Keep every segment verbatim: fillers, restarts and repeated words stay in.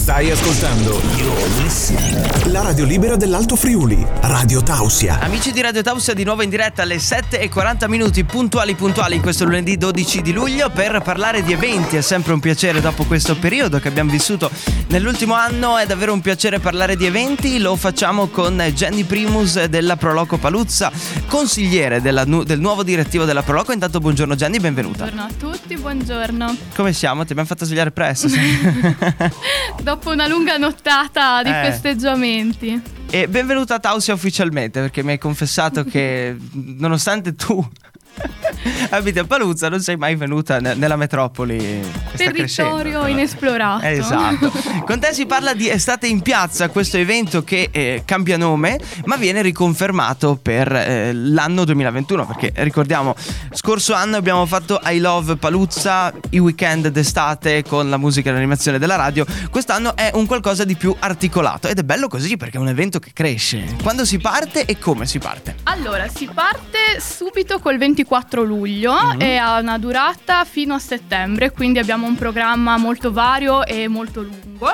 Stai ascoltando la radio libera dell'Alto Friuli, Radio Tausia. Amici di Radio Tausia, di nuovo in diretta alle sette e quaranta minuti, puntuali puntuali in questo lunedì dodici di luglio, per parlare di eventi. È sempre un piacere dopo questo periodo che abbiamo vissuto nell'ultimo anno, è davvero un piacere parlare di eventi. Lo facciamo con Jenny Primus della Proloco Paluzza, consigliere della, del nuovo direttivo della Proloco. Intanto buongiorno Jenny, benvenuta. Buongiorno a tutti, buongiorno. Come siamo? Ti abbiamo fatto svegliare presto. Dopo una lunga nottata di eh. festeggiamenti. E benvenuta a Tausia ufficialmente, perché mi hai confessato che nonostante tu abiti a Paluzza, non sei mai venuta ne- nella metropoli. Territorio inesplorato. Esatto. Con te si parla di Estate in Piazza, questo evento che eh, cambia nome ma viene riconfermato per eh, l'anno duemilaventuno, perché ricordiamo, scorso anno abbiamo fatto I Love Paluzza, i weekend d'estate con la musica e l'animazione della radio. Quest'anno è un qualcosa di più articolato ed è bello così, perché è un evento che cresce. Quando si parte e come si parte? Allora, si parte subito col ventiquattro luglio mm-hmm. e ha una durata fino a settembre, quindi abbiamo un programma molto vario e molto lungo.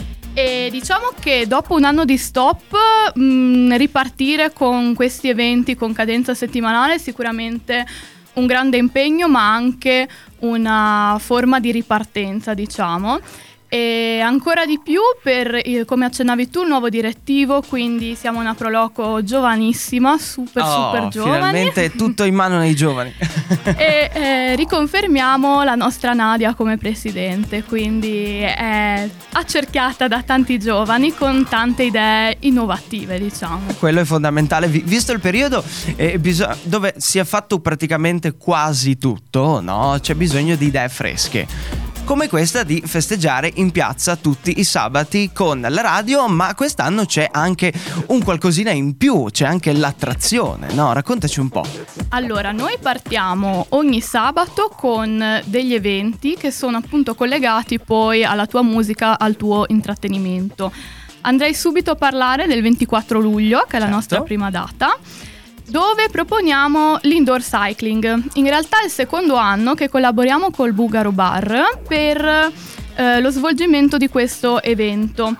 E diciamo che dopo un anno di stop mh, ripartire con questi eventi con cadenza settimanale è sicuramente un grande impegno, ma anche una forma di ripartenza, diciamo. E ancora di più per, come accennavi tu, il nuovo direttivo, quindi siamo una Proloco giovanissima, super oh, super giovani. Finalmente è tutto in mano ai giovani. E eh, riconfermiamo la nostra Nadia come presidente, quindi è accerchiata da tanti giovani con tante idee innovative, diciamo. Quello è fondamentale, visto il periodo eh, bisog- dove si è fatto praticamente quasi tutto, no? C'è bisogno di idee fresche, come questa di festeggiare in piazza tutti i sabati con la radio, ma quest'anno c'è anche un qualcosina in più, c'è anche l'attrazione, no? Raccontaci un po'. Allora, noi partiamo ogni sabato con degli eventi che sono appunto collegati poi alla tua musica, al tuo intrattenimento. Andrei subito a parlare del ventiquattro luglio, che è la certo. nostra prima data, dove proponiamo l'indoor cycling. In realtà è il secondo anno che collaboriamo col Bugaro Bar per eh, lo svolgimento di questo evento.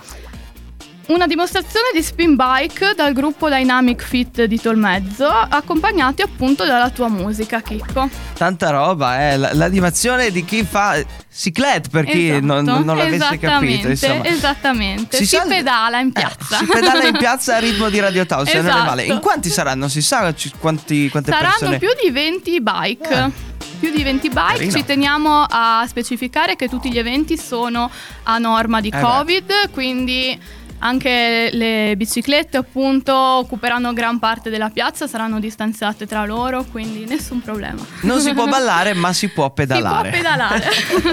Una dimostrazione di spin bike dal gruppo Dynamic Fit di Tolmezzo, accompagnati appunto dalla tua musica, Chicco. Tanta roba, eh. L- l'animazione di chi fa cyclette, per chi esatto, non, non l'avesse capito. Insomma. Esattamente, si, si sa... pedala in piazza. Eh, si pedala in piazza a ritmo di Radio Tausia, esatto. non è male. In quanti saranno? Si sa c- quanti, quante Saranno persone? più di venti bike. Eh. Più di venti bike. Carino. Ci teniamo a specificare che tutti gli eventi sono a norma di eh Covid, beh. quindi anche le biciclette appunto occuperanno gran parte della piazza, saranno distanziate tra loro, quindi nessun problema. Non si può ballare, ma si può pedalare. Si può pedalare.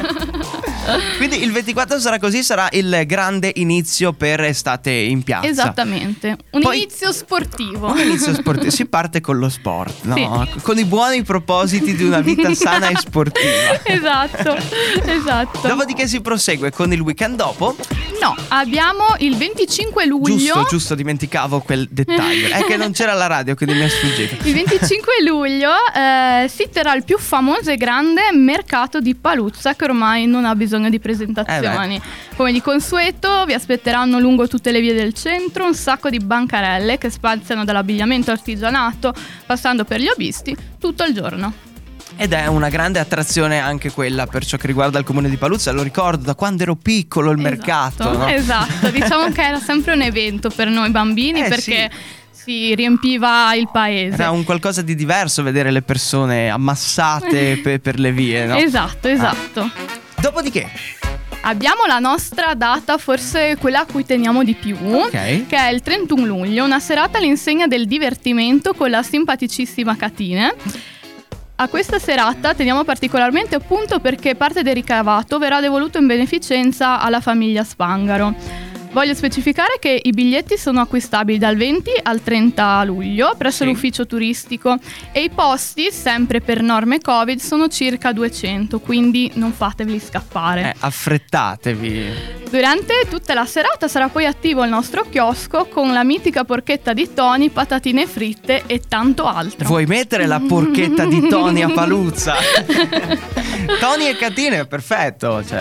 Quindi il ventiquattro sarà così, sarà il grande inizio per Estate in Piazza. Esattamente, un Poi, inizio sportivo. Un inizio sportivo, si parte con lo sport, no? Sì. Con i buoni propositi di una vita sana e sportiva. Esatto, esatto. Dopodiché si prosegue con il weekend dopo. No, abbiamo il venticinque luglio. Giusto, giusto, dimenticavo quel dettaglio. È che non c'era la radio, quindi mi è sfuggito. Il venticinque luglio eh, si terrà il più famoso e grande mercato di Paluzza, che ormai non ha bisogno di presentazioni. Eh Come di consueto vi aspetteranno lungo tutte le vie del centro un sacco di bancarelle che spaziano dall'abbigliamento artigianato, passando per gli hobbisti, tutto il giorno. Ed è una grande attrazione anche quella per ciò che riguarda il comune di Paluzza. Lo ricordo da quando ero piccolo, il Esatto, mercato, no? Esatto, diciamo che era sempre un evento per noi bambini, eh, perché sì. si riempiva il paese. Era un qualcosa di diverso vedere le persone ammassate per, per le vie, no? Esatto, esatto. Ah. Dopodiché abbiamo la nostra data, forse quella a cui teniamo di più, okay. che è il trentuno luglio, una serata all'insegna del divertimento con la simpaticissima Catine. A questa serata teniamo particolarmente appunto perché parte del ricavato verrà devoluto in beneficenza alla famiglia Spangaro. Voglio specificare che i biglietti sono acquistabili dal venti al trenta luglio presso sì. l'ufficio turistico e i posti, sempre per norme Covid, sono circa duecento, quindi non fateveli scappare. Eh, affrettatevi. Durante tutta la serata sarà poi attivo il nostro chiosco con la mitica porchetta di Tony, patatine fritte e tanto altro. Vuoi mettere la porchetta di Tony a Paluzza? Tony e Catine, perfetto, cioè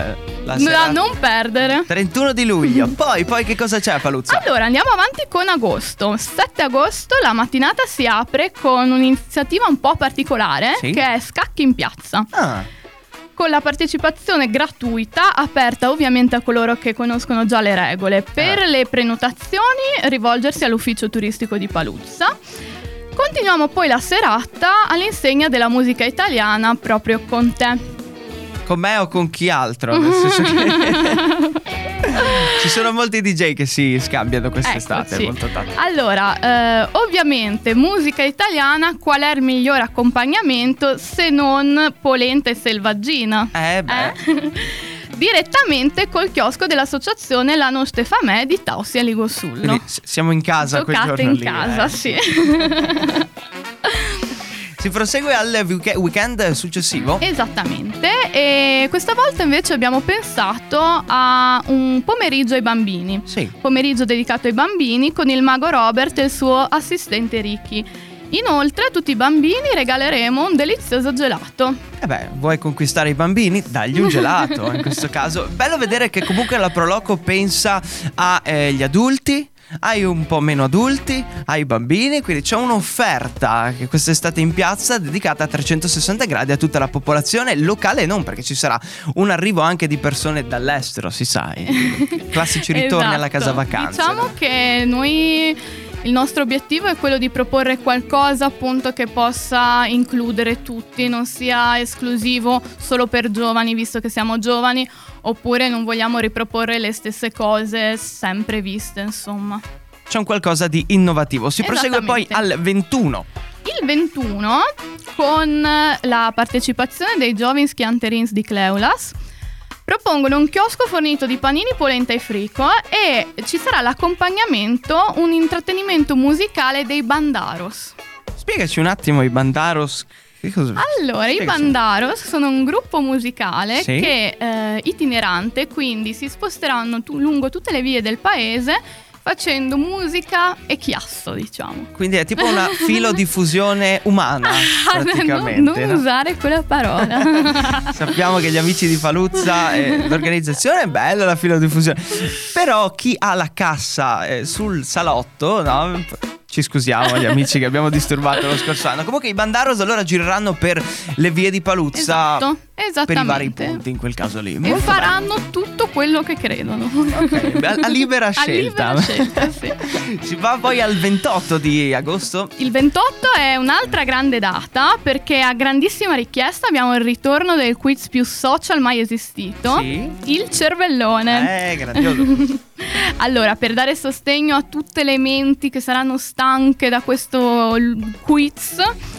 La da serata- non perdere. trentuno di luglio. Poi, poi che cosa c'è a Paluzza? Allora andiamo avanti con agosto. sette agosto la mattinata si apre con un'iniziativa un po' particolare, Sì. che è Scacchi in piazza, Ah, con la partecipazione gratuita, aperta ovviamente a coloro che conoscono già le regole. Per Eh. le prenotazioni rivolgersi all'ufficio turistico di Paluzza. Continuiamo poi la serata all'insegna della musica italiana, proprio con te. con me o con chi altro? Nel senso che ci sono molti D J che si scambiano quest'estate. Eccoci. Molto tanto. Allora, eh, ovviamente musica italiana, qual è il miglior accompagnamento se non polenta e selvaggina? Eh beh. Eh? Direttamente col chiosco dell'associazione La Nostra Famè di Tausia Ligossullo. Quindi s- siamo in casa quel Giocate giorno in lì. casa, eh. sì. Si prosegue al week- weekend successivo? Esattamente, e questa volta invece abbiamo pensato a un pomeriggio ai bambini. Sì. Pomeriggio dedicato ai bambini con il mago Robert e il suo assistente Ricky. Inoltre a tutti i bambini regaleremo un delizioso gelato. Eh beh, vuoi conquistare i bambini? Dagli un gelato in questo caso. Bello vedere che comunque la Proloco pensa agli adulti, ai un po' meno adulti, ai bambini, quindi c'è un'offerta che quest'estate in piazza dedicata a trecentosessanta gradi a tutta la popolazione locale e non, perché ci sarà un arrivo anche di persone dall'estero, si sa, i classici ritorni Esatto. alla casa vacanza. Diciamo no? che noi il nostro obiettivo è quello di proporre qualcosa appunto che possa includere tutti, non sia esclusivo solo per giovani, visto che siamo giovani, oppure non vogliamo riproporre le stesse cose sempre viste, insomma. C'è un qualcosa di innovativo. Si prosegue poi Esattamente. al ventuno. Il ventuno, con la partecipazione dei giovani Schianterins di Cleulas, propongono un chiosco fornito di panini, polenta e frico e ci sarà l'accompagnamento, un intrattenimento musicale dei Bandaros. Spiegaci un attimo i Bandaros. Che cosa? Allora, i Spiegaci. Bandaros sono un gruppo musicale Sì. che è itinerante, quindi si sposteranno tu- lungo tutte le vie del paese facendo musica e chiasso, diciamo. Quindi è tipo una filodiffusione umana, praticamente. non, non no? usare quella parola. Sappiamo che gli amici di Paluzza, eh, l'organizzazione è bella, la filodiffusione. Però chi ha la cassa eh, sul salotto, no? Ci scusiamo agli amici che abbiamo disturbato lo scorso anno. Comunque i Bandaros allora gireranno per le vie di Paluzza. Esatto, Per i esattamente. vari punti in quel caso lì. E Molto faranno tutto quello che credono. bello. Ok, a libera A scelta. libera scelta, sì. Si va poi al ventotto di agosto. Il ventotto è un'altra grande data perché a grandissima richiesta abbiamo il ritorno del quiz più social mai esistito, Sì. il cervellone. Eh, grandioso. Allora, per dare sostegno a tutte le menti che saranno stanche da questo l- quiz,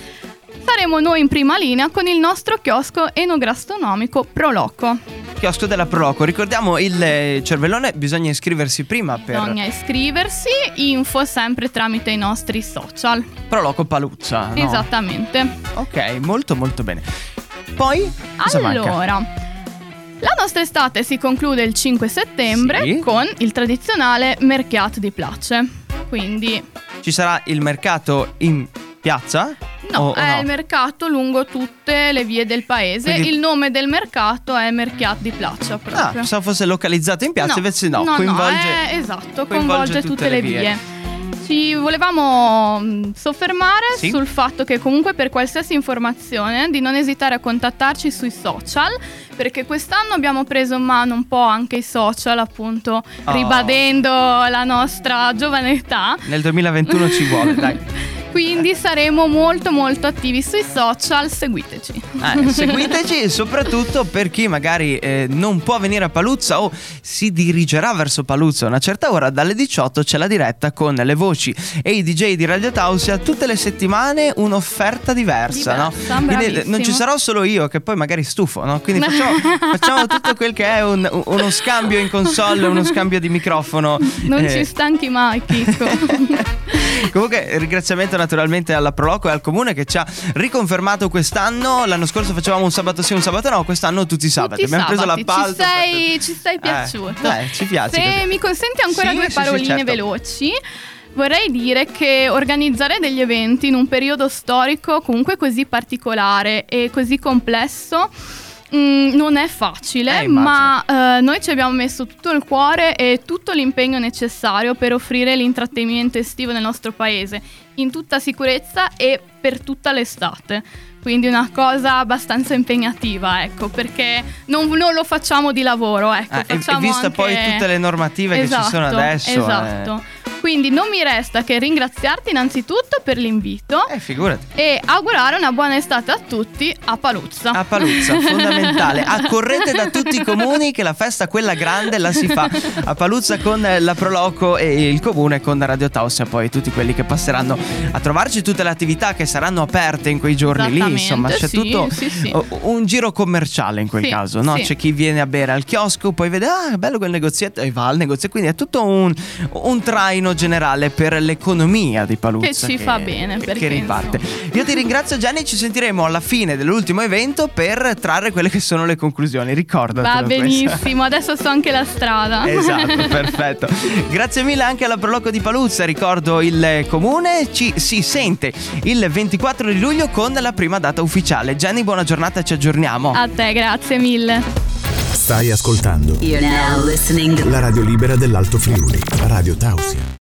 saremo noi in prima linea con il nostro chiosco enogastronomico Proloco. Chiosco della Proloco. Ricordiamo il eh, cervellone, bisogna iscriversi prima per Bisogna iscriversi, info sempre tramite i nostri social. Proloco Paluzza, no? Esattamente. Ok, molto molto bene. Poi cosa manca? Allora, la nostra estate si conclude il cinque settembre Sì. con il tradizionale Merchiat di Place. Quindi, Ci sarà il mercato in piazza? no, O- o è no? il mercato lungo tutte le vie del paese. Quindi- Il nome del mercato è Merchiat di Place Ah, proprio. pensavo fosse localizzato in piazza, invece no, no, coinvolge no, è- esatto, coinvolge coinvolge tutte, le vie. Ci volevamo mh, soffermare Sì. sul fatto che comunque per qualsiasi informazione di non esitare a contattarci sui social, perché quest'anno abbiamo preso in mano un po' anche i social, appunto, Oh. ribadendo la nostra giovane età. Nel duemilaventuno ci vuole, dai. Quindi saremo molto molto attivi sui social, seguiteci. Eh, seguiteci, soprattutto per chi magari eh, non può venire a Paluzza o si dirigerà verso Paluzza a una certa ora. Dalle diciotto c'è la diretta con le voci e i D J di Radio Tausia. Tutte le settimane un'offerta diversa, Diversa, no? Quindi bravissimo. non ci sarò solo io, che poi magari stufo, no? Quindi facciamo, facciamo tutto quel che è un- uno scambio in console, uno scambio di microfono. Non Eh, ci stanchi mai, Chicco. Comunque ringraziamento naturalmente alla Proloco e al comune che ci ha riconfermato quest'anno. L'anno scorso facevamo un sabato sì, un sabato no, quest'anno tutti i sabati. Tutti i Abbiamo preso sabati. l'appalto. Ci sei, per- ci sei Eh, piaciuto. eh, ci piace Se così. mi consenti ancora Sì, due sì, sì, paroline certo. veloci, vorrei dire che organizzare degli eventi in un periodo storico comunque così particolare e così complesso Mm, non è facile, Eh, ma eh, noi ci abbiamo messo tutto il cuore e tutto l'impegno necessario per offrire l'intrattenimento estivo nel nostro paese in tutta sicurezza e per tutta l'estate. Quindi una cosa abbastanza impegnativa, ecco, perché non, non lo facciamo di lavoro, ecco. Ah, e, facciamo e vista anche... poi tutte le normative esatto, che ci sono adesso. Esatto. Eh. Quindi non mi resta che ringraziarti innanzitutto per l'invito Eh, figurati. e augurare una buona estate a tutti a Paluzza. A Paluzza, fondamentale. Accorrete da tutti i comuni che la festa, quella grande, la si fa a Paluzza con la Proloco e il comune con Radio Tausia. Poi tutti quelli che passeranno a trovarci, tutte le attività che saranno aperte in quei giorni lì. Insomma, c'è sì, tutto sì, sì. un giro commerciale in quel Sì, caso, no? sì. C'è chi viene a bere al chiosco, poi vede, ah, bello quel negozietto, e va al negozio. Quindi è tutto un, un traino generale per l'economia di Paluzza Che ci fa bene, che, perché, che riparte. Io ti ringrazio, Gianni, ci sentiremo alla fine dell'ultimo evento per trarre quelle che sono le conclusioni. Ricordatelo. Va benissimo, questo. adesso so anche la strada. Esatto, perfetto. Grazie mille anche alla Proloco di Paluzza. Ricordo il comune ci si sente il ventiquattro di luglio con la prima data ufficiale. Gianni, buona giornata, ci aggiorniamo. A te, grazie mille. Stai ascoltando You're now listening to la radio libera dell'Alto Friuli, Radio Tausia.